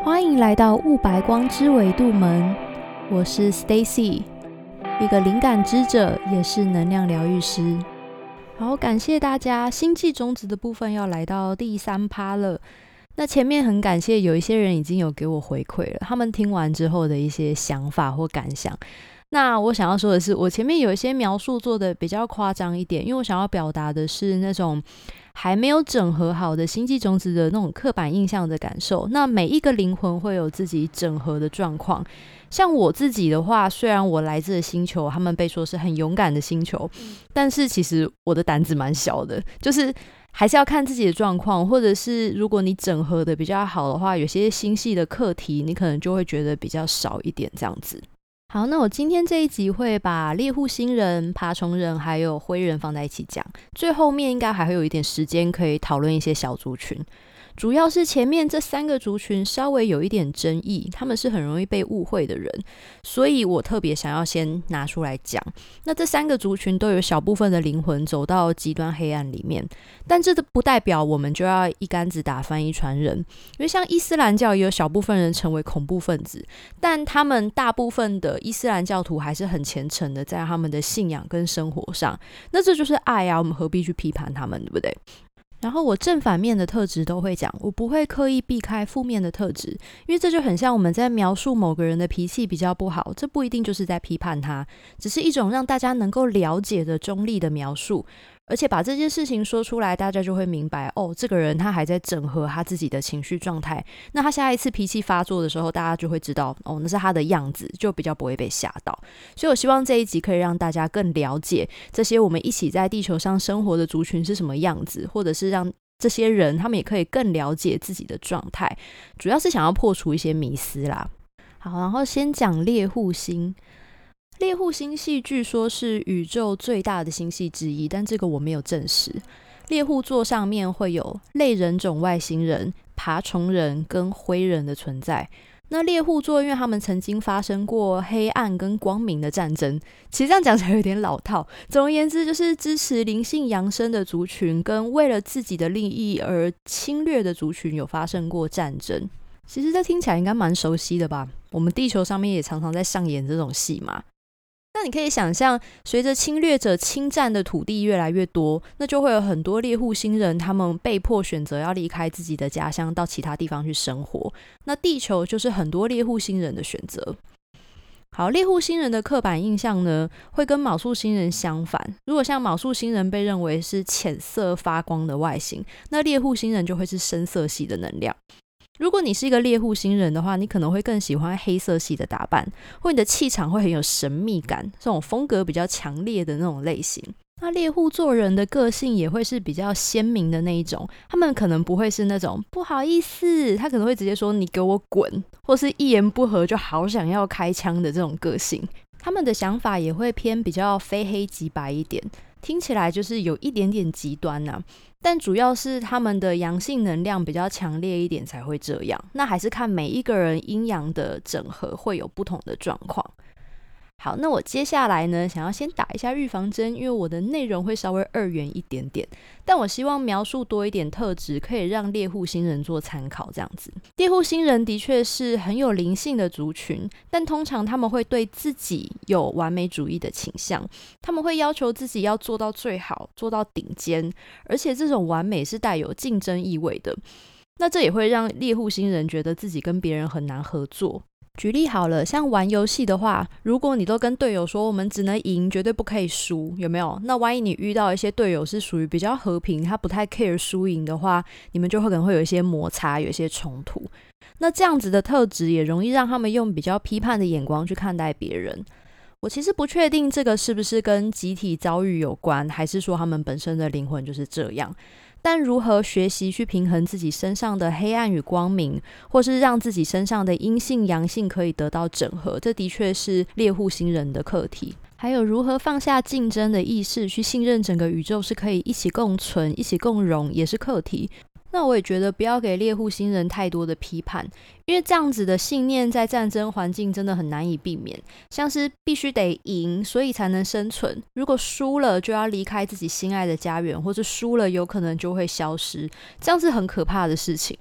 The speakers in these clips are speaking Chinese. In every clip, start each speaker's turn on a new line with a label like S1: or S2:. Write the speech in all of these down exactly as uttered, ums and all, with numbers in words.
S1: 欢迎来到雾白光之维度门，我是 Stacy， 一个灵感知者，也是能量疗愈师。好，感谢大家，星际种子的部分要来到第三趴了。那前面很感谢有一些人已经有给我回馈了，他们听完之后的一些想法或感想。那我想要说的是，我前面有一些描述做的比较夸张一点，因为我想要表达的是那种还没有整合好的星际种子的那种刻板印象的感受。那每一个灵魂会有自己整合的状况，像我自己的话，虽然我来自的星球他们被说是很勇敢的星球，但是其实我的胆子蛮小的，就是还是要看自己的状况，或者是如果你整合的比较好的话，有些星系的课题你可能就会觉得比较少一点这样子。好，那我今天这一集会把猎户星人、爬虫人还有灰人放在一起讲，最后面应该还会有一点时间可以讨论一些小族群。主要是前面这三个族群稍微有一点争议，他们是很容易被误会的人，所以我特别想要先拿出来讲。那这三个族群都有小部分的灵魂走到极端黑暗里面，但这不代表我们就要一竿子打翻一船人，因为像伊斯兰教也有小部分人成为恐怖分子，但他们大部分的伊斯兰教徒还是很虔诚的在他们的信仰跟生活上，那这就是爱啊，我们何必去批判他们，对不对？然后我正反面的特质都会讲，我不会刻意避开负面的特质，因为这就很像我们在描述某个人的脾气比较不好，这不一定就是在批判他，只是一种让大家能够了解的中立的描述，而且把这件事情说出来，大家就会明白，哦，这个人他还在整合他自己的情绪状态，那他下一次脾气发作的时候，大家就会知道，哦，那是他的样子，就比较不会被吓到。所以我希望这一集可以让大家更了解这些我们一起在地球上生活的族群是什么样子，或者是让这些人他们也可以更了解自己的状态，主要是想要破除一些迷思啦。好，然后先讲猎户星。猎户星系据说是宇宙最大的星系之一，但这个我没有证实。猎户座上面会有类人种外星人、爬虫人跟灰人的存在。那猎户座因为他们曾经发生过黑暗跟光明的战争，其实这样讲起来有点老套，总而言之就是支持灵性扬升的族群跟为了自己的利益而侵略的族群有发生过战争。其实这听起来应该蛮熟悉的吧，我们地球上面也常常在上演这种戏嘛。那你可以想象，随着侵略者侵占的土地越来越多，那就会有很多猎户星人他们被迫选择要离开自己的家乡到其他地方去生活，那地球就是很多猎户星人的选择。好，猎户星人的刻板印象呢，会跟昴宿星人相反。如果像昴宿星人被认为是浅色发光的外形，那猎户星人就会是深色系的能量。如果你是一个猎户星人的话，你可能会更喜欢黑色系的打扮，或你的气场会很有神秘感，这种风格比较强烈的那种类型。那猎户座人的个性也会是比较鲜明的那一种，他们可能不会是那种不好意思，他可能会直接说你给我滚，或是一言不合就好想要开枪的这种个性。他们的想法也会偏比较非黑即白一点，听起来就是有一点点极端啊，但主要是他们的阳性能量比较强烈一点才会这样，那还是看每一个人阴阳的整合会有不同的状况。好，那我接下来呢，想要先打一下预防针，因为我的内容会稍微二元一点点，但我希望描述多一点特质，可以让猎户星人做参考这样子。猎户星人的确是很有灵性的族群，但通常他们会对自己有完美主义的倾向，他们会要求自己要做到最好，做到顶尖，而且这种完美是带有竞争意味的。那这也会让猎户星人觉得自己跟别人很难合作。举例好了，像玩游戏的话，如果你都跟队友说我们只能赢，绝对不可以输，有没有？那万一你遇到一些队友是属于比较和平，他不太 care 输赢的话，你们就会可能会有一些摩擦，有一些冲突。那这样子的特质也容易让他们用比较批判的眼光去看待别人。我其实不确定这个是不是跟集体遭遇有关，还是说他们本身的灵魂就是这样。但如何学习去平衡自己身上的黑暗与光明，或是让自己身上的阴性阳性可以得到整合，这的确是猎户星人的课题。还有如何放下竞争的意识，去信任整个宇宙是可以一起共存、一起共荣，也是课题。那我也觉得不要给猎户星人太多的批判，因为这样子的信念在战争环境真的很难以避免，像是必须得赢所以才能生存，如果输了就要离开自己心爱的家园，或者输了有可能就会消失，这样是很可怕的事情。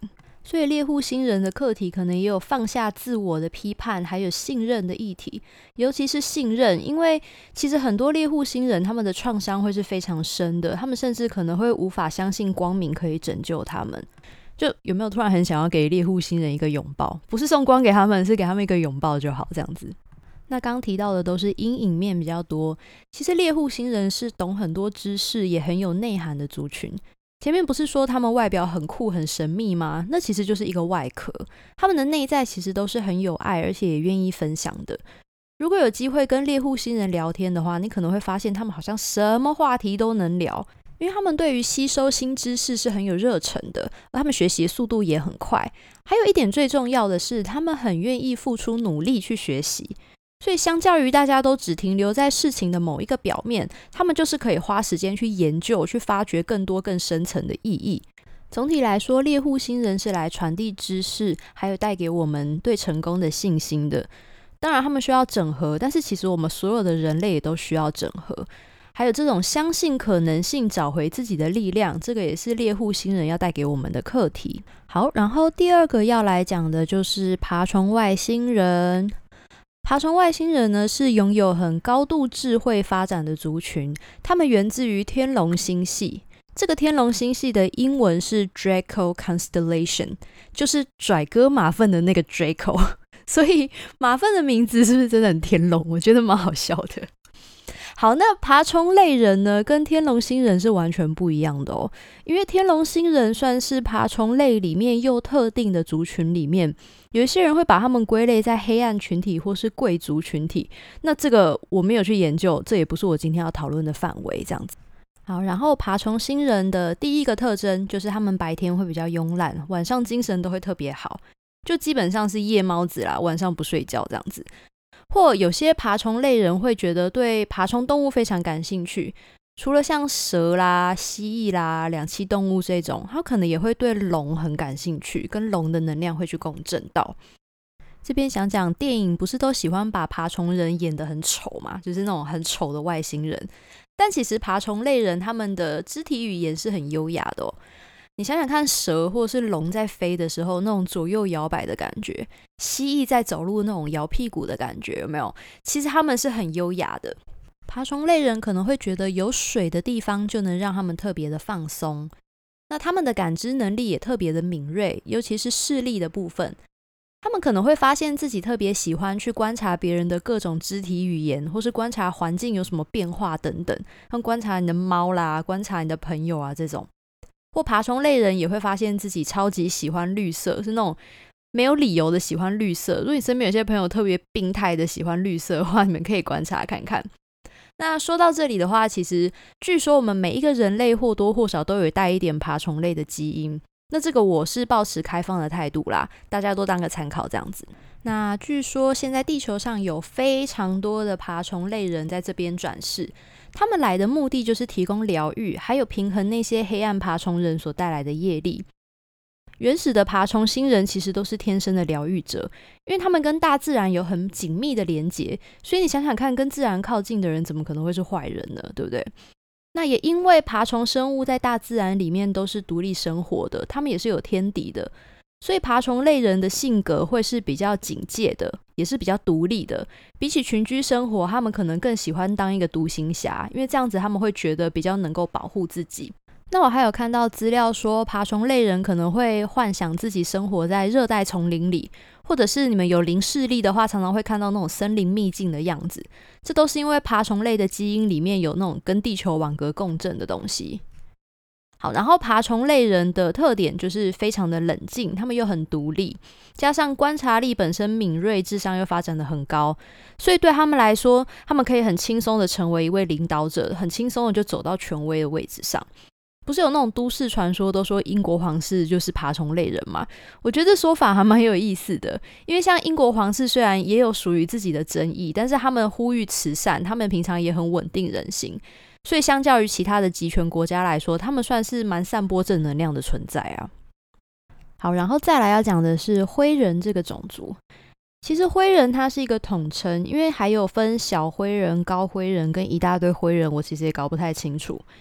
S1: 所以猎户星人的课题可能也有放下自我的批判，还有信任的议题，尤其是信任，因为其实很多猎户星人他们的创伤会是非常深的，他们甚至可能会无法相信光明可以拯救他们。就有没有突然很想要给猎户星人一个拥抱，不是送光给他们，是给他们一个拥抱就好，这样子。那刚提到的都是阴影面比较多，其实猎户星人是懂很多知识也很有内涵的族群。前面不是说他们外表很酷很神秘吗？那其实就是一个外壳，他们的内在其实都是很有爱，而且也愿意分享的。如果有机会跟猎户星人聊天的话，你可能会发现他们好像什么话题都能聊，因为他们对于吸收新知识是很有热忱的，而他们学习的速度也很快。还有一点最重要的是，他们很愿意付出努力去学习。所以相较于大家都只停留在事情的某一个表面，他们就是可以花时间去研究，去发掘更多更深层的意义。总体来说，猎户星人是来传递知识，还有带给我们对成功的信心的。当然他们需要整合，但是其实我们所有的人类也都需要整合。还有这种相信可能性，找回自己的力量，这个也是猎户星人要带给我们的课题。好，然后第二个要来讲的就是爬虫外星人。爬虫外星人呢，是拥有很高度智慧发展的族群，他们源自于天龙星系。这个天龙星系的英文是 Draco Constellation， 就是拽哥马粪的那个 Draco， 所以马粪的名字是不是真的很天龙？我觉得蛮好笑的。好，那爬虫类人呢，跟天龙星人是完全不一样的哦。因为天龙星人算是爬虫类里面又特定的族群里面，有一些人会把他们归类在黑暗群体或是贵族群体。那这个我没有去研究，这也不是我今天要讨论的范围，这样子。好，然后爬虫星人的第一个特征就是他们白天会比较慵懒，晚上精神都会特别好，就基本上是夜猫子啦，晚上不睡觉这样子。或有些爬虫类人会觉得对爬虫动物非常感兴趣，除了像蛇啦、蜥蜴啦、两栖动物这种，他可能也会对龙很感兴趣，跟龙的能量会去共振到。这边想讲，电影不是都喜欢把爬虫人演得很丑嘛，就是那种很丑的外星人，但其实爬虫类人他们的肢体语言是很优雅的哦。你想想看，蛇或是龙在飞的时候那种左右摇摆的感觉，蜥蜴在走路那种摇屁股的感觉，有没有？其实他们是很优雅的。爬虫类人可能会觉得有水的地方就能让他们特别的放松，那他们的感知能力也特别的敏锐，尤其是视力的部分。他们可能会发现自己特别喜欢去观察别人的各种肢体语言，或是观察环境有什么变化等等，像观察你的猫啦，观察你的朋友啊这种。或爬虫类人也会发现自己超级喜欢绿色，是那种没有理由的喜欢绿色。如果你身边有些朋友特别病态的喜欢绿色的话，你们可以观察看看。那说到这里的话，其实据说我们每一个人类或多或少都有带一点爬虫类的基因，那这个我是抱持开放的态度啦，大家都当个参考这样子。那据说现在地球上有非常多的爬虫类人在这边转世，他们来的目的就是提供疗愈，还有平衡那些黑暗爬虫人所带来的业力。原始的爬虫星人其实都是天生的疗愈者，因为他们跟大自然有很紧密的连结，所以你想想看，跟自然靠近的人怎么可能会是坏人呢？对不对？那也因为爬虫生物在大自然里面都是独立生活的，他们也是有天敌的，所以爬虫类人的性格会是比较警戒的，也是比较独立的。比起群居生活，他们可能更喜欢当一个独行侠，因为这样子他们会觉得比较能够保护自己。那我还有看到资料说，爬虫类人可能会幻想自己生活在热带丛林里，或者是你们有灵视力的话，常常会看到那种森林秘境的样子，这都是因为爬虫类的基因里面有那种跟地球网格共振的东西。好，然后爬虫类人的特点就是非常的冷静，他们又很独立，加上观察力本身敏锐，智商又发展得很高，所以对他们来说，他们可以很轻松的成为一位领导者，很轻松的就走到权威的位置上。不是有那种都市传说都说英国皇室就是爬虫类人吗？我觉得这说法还蛮有意思的，因为像英国皇室虽然也有属于自己的争议，但是他们呼吁慈善，他们平常也很稳定人心，所以相较于其他的集权国家来说，他们算是蛮散播正能量的存在啊。好，然后再来要讲的是灰人这个种族。其实灰人它是一个统称，因为还有分小灰人、高灰人跟一大堆灰人，我其实也搞不太清楚。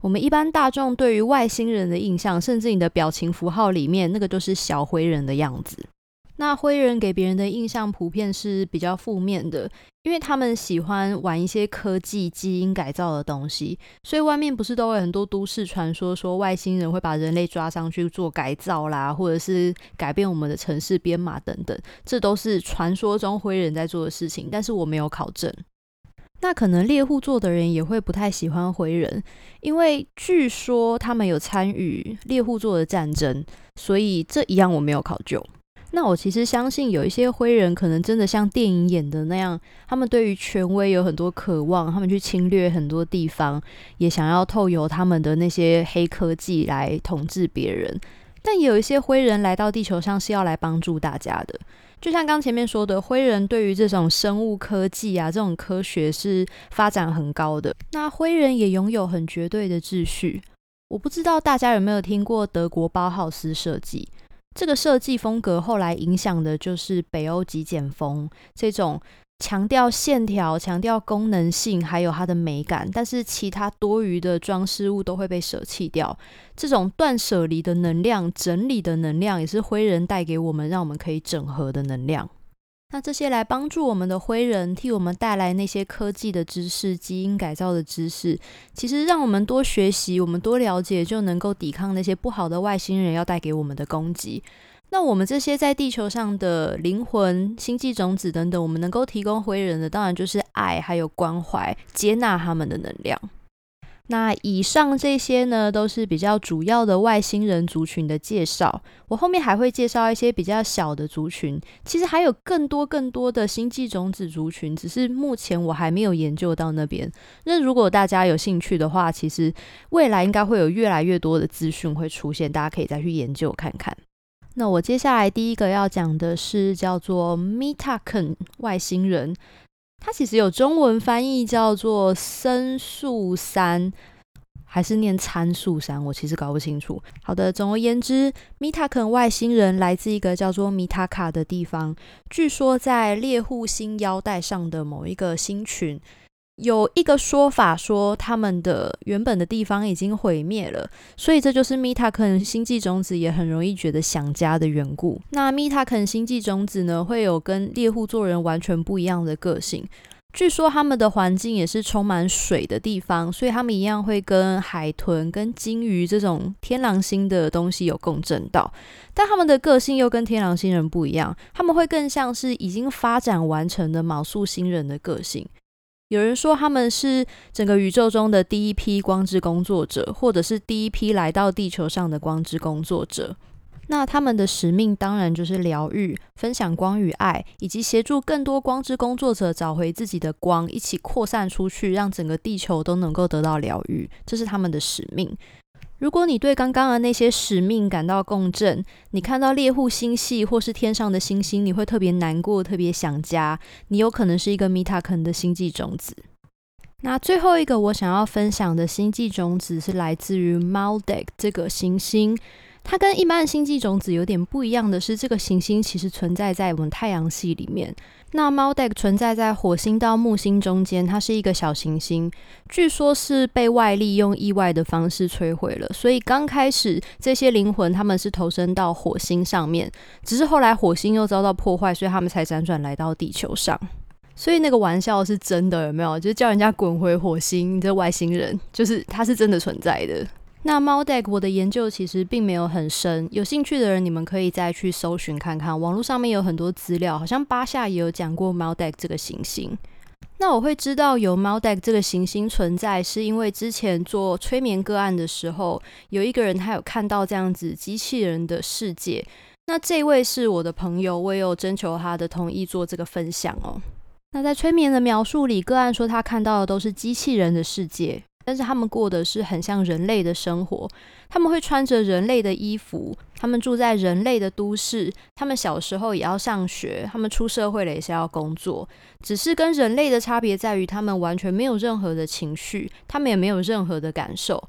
S1: 我们一般大众对于外星人的印象，甚至你的表情符号里面那个就是小灰人的样子。那灰人给别人的印象普遍是比较负面的，因为他们喜欢玩一些科技基因改造的东西，所以外面不是都有很多都市传说说外星人会把人类抓上去做改造啦，或者是改变我们的城市编码等等，这都是传说中灰人在做的事情，但是我没有考证。那可能猎户座的人也会不太喜欢灰人，因为据说他们有参与猎户座的战争，所以这一样我没有考究。那我其实相信有一些灰人可能真的像电影演的那样，他们对于权威有很多渴望，他们去侵略很多地方，也想要透由他们的那些黑科技来统治别人。但也有一些灰人来到地球上是要来帮助大家的，就像刚前面说的，灰人对于这种生物科技啊，这种科学是发展很高的。那灰人也拥有很绝对的秩序。我不知道大家有没有听过德国包浩斯设计，这个设计风格后来影响的就是北欧极简风，这种强调线条、强调功能性还有它的美感，但是其他多余的装饰物都会被舍弃掉。这种断舍离的能量、整理的能量，也是灰人带给我们，让我们可以整合的能量。那这些来帮助我们的灰人，替我们带来那些科技的知识、基因改造的知识，其实让我们多学习，我们多了解，就能够抵抗那些不好的外星人要带给我们的攻击。那我们这些在地球上的灵魂、星际种子等等，我们能够提供灰人的，当然就是爱，还有关怀，接纳他们的能量。那以上这些呢，都是比较主要的外星人族群的介绍。我后面还会介绍一些比较小的族群，其实还有更多更多的星际种子族群，只是目前我还没有研究到那边。那如果大家有兴趣的话，其实未来应该会有越来越多的资讯会出现，大家可以再去研究看看。那我接下来第一个要讲的是叫做 Mitaken 外星人，它其实有中文翻译叫做参数山，还是念参数山，我其实搞不清楚。好的，总而言之 Mitaken 外星人来自一个叫做米塔卡的地方，据说在猎户星腰带上的某一个星群。有一个说法说他们的原本的地方已经毁灭了，所以这就是 Mitaken 星际种子也很容易觉得想家的缘故。那 Mitaken 星际种子呢，会有跟猎户座人完全不一样的个性。据说他们的环境也是充满水的地方，所以他们一样会跟海豚、跟鲸鱼这种天狼星的东西有共振到。但他们的个性又跟天狼星人不一样，他们会更像是已经发展完成的昴宿星人的个性。有人说他们是整个宇宙中的第一批光之工作者，或者是第一批来到地球上的光之工作者。那他们的使命当然就是疗愈、分享光与爱，以及协助更多光之工作者找回自己的光，一起扩散出去，让整个地球都能够得到疗愈，这是他们的使命。如果你对刚刚的那些使命感到共振，你看到猎户星系或是天上的星星，你会特别难过，特别想家，你有可能是一个 Mitaken 的星际种子。那最后一个我想要分享的星际种子是来自于 Maldek 这个行星。它跟一般的星际种子有点不一样的是，这个行星其实存在在我们太阳系里面。那 Maldek 存在在火星到木星中间，它是一个小行星，据说是被外力用意外的方式摧毁了，所以刚开始这些灵魂他们是投身到火星上面，只是后来火星又遭到破坏，所以他们才辗转来到地球上。所以那个玩笑是真的，有没有？就是叫人家滚回火星，你这外星人，就是它是真的存在的。那 Maldek 我的研究其实并没有很深，有兴趣的人你们可以再去搜寻看看，网络上面有很多资料，好像巴夏也有讲过 Maldek 这个行星。那我会知道有 Maldek 这个行星存在，是因为之前做催眠个案的时候，有一个人他有看到这样子机器人的世界。那这位是我的朋友，我也有征求他的同意做这个分享哦。那在催眠的描述里，个案说他看到的都是机器人的世界，但是他们过的是很像人类的生活，他们会穿着人类的衣服，他们住在人类的都市，他们小时候也要上学，他们出社会了也是要工作，只是跟人类的差别在于他们完全没有任何的情绪，他们也没有任何的感受，好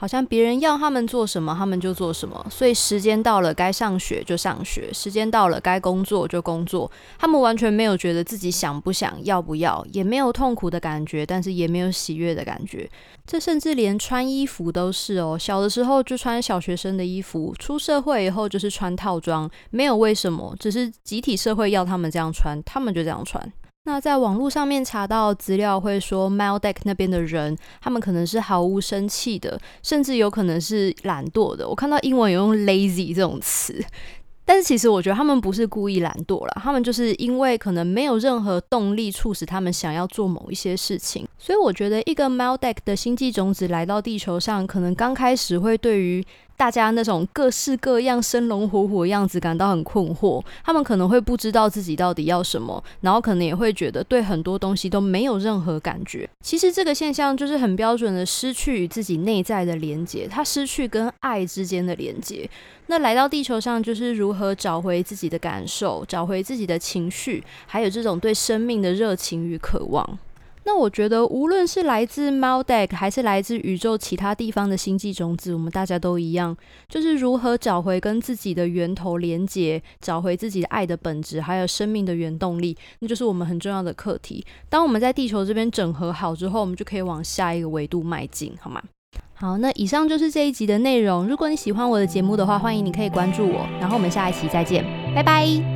S1: 好像别人要他们做什么他们就做什么，所以时间到了该上学就上学，时间到了该工作就工作，他们完全没有觉得自己想不想要不要，也没有痛苦的感觉，但是也没有喜悦的感觉。这甚至连穿衣服都是哦，小的时候就穿小学生的衣服，出社会以后就是穿套装，没有为什么，只是集体社会要他们这样穿，他们就这样穿。那在网络上面查到资料会说 Malbec 那边的人他们可能是毫无生气的，甚至有可能是懒惰的，我看到英文有用 lazy 这种词，但是其实我觉得他们不是故意懒惰啦，他们就是因为可能没有任何动力促使他们想要做某一些事情。所以我觉得一个 Malbec 的星际种子来到地球上，可能刚开始会对于大家那种各式各样生龙活虎的样子感到很困惑，他们可能会不知道自己到底要什么，然后可能也会觉得对很多东西都没有任何感觉。其实这个现象就是很标准的失去与自己内在的连结，他失去跟爱之间的连结。那来到地球上就是如何找回自己的感受，找回自己的情绪，还有这种对生命的热情与渴望。那我觉得无论是来自 Malbec 还是来自宇宙其他地方的星际种子，我们大家都一样，就是如何找回跟自己的源头连结，找回自己的爱的本质，还有生命的原动力，那就是我们很重要的课题。当我们在地球这边整合好之后，我们就可以往下一个维度迈进，好吗？好，那以上就是这一集的内容。如果你喜欢我的节目的话，欢迎你可以关注我，然后我们下一期再见，拜拜。